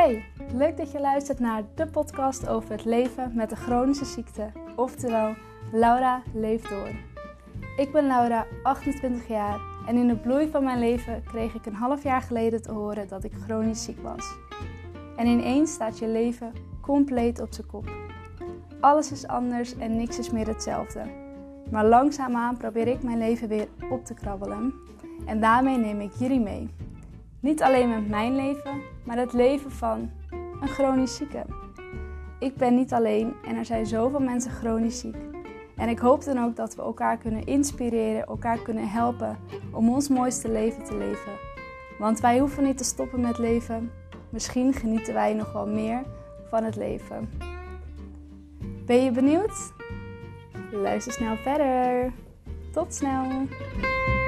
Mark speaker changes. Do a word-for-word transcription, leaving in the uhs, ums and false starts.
Speaker 1: Hoi, leuk dat je luistert naar de podcast over het leven met een chronische ziekte, oftewel Laura leeft door. Ik ben Laura, achtentwintig jaar en in de bloei van mijn leven kreeg ik een half jaar geleden te horen dat ik chronisch ziek was. En ineens staat je leven compleet op zijn kop. Alles is anders en niks is meer hetzelfde. Maar langzaamaan probeer ik mijn leven weer op te krabbelen en daarmee neem ik jullie mee. Niet alleen met mijn leven, maar het leven van een chronisch zieke. Ik ben niet alleen en er zijn zoveel mensen chronisch ziek. En ik hoop dan ook dat we elkaar kunnen inspireren, elkaar kunnen helpen om ons mooiste leven te leven. Want wij hoeven niet te stoppen met leven. Misschien genieten wij nog wel meer van het leven. Ben je benieuwd? Luister snel verder. Tot snel!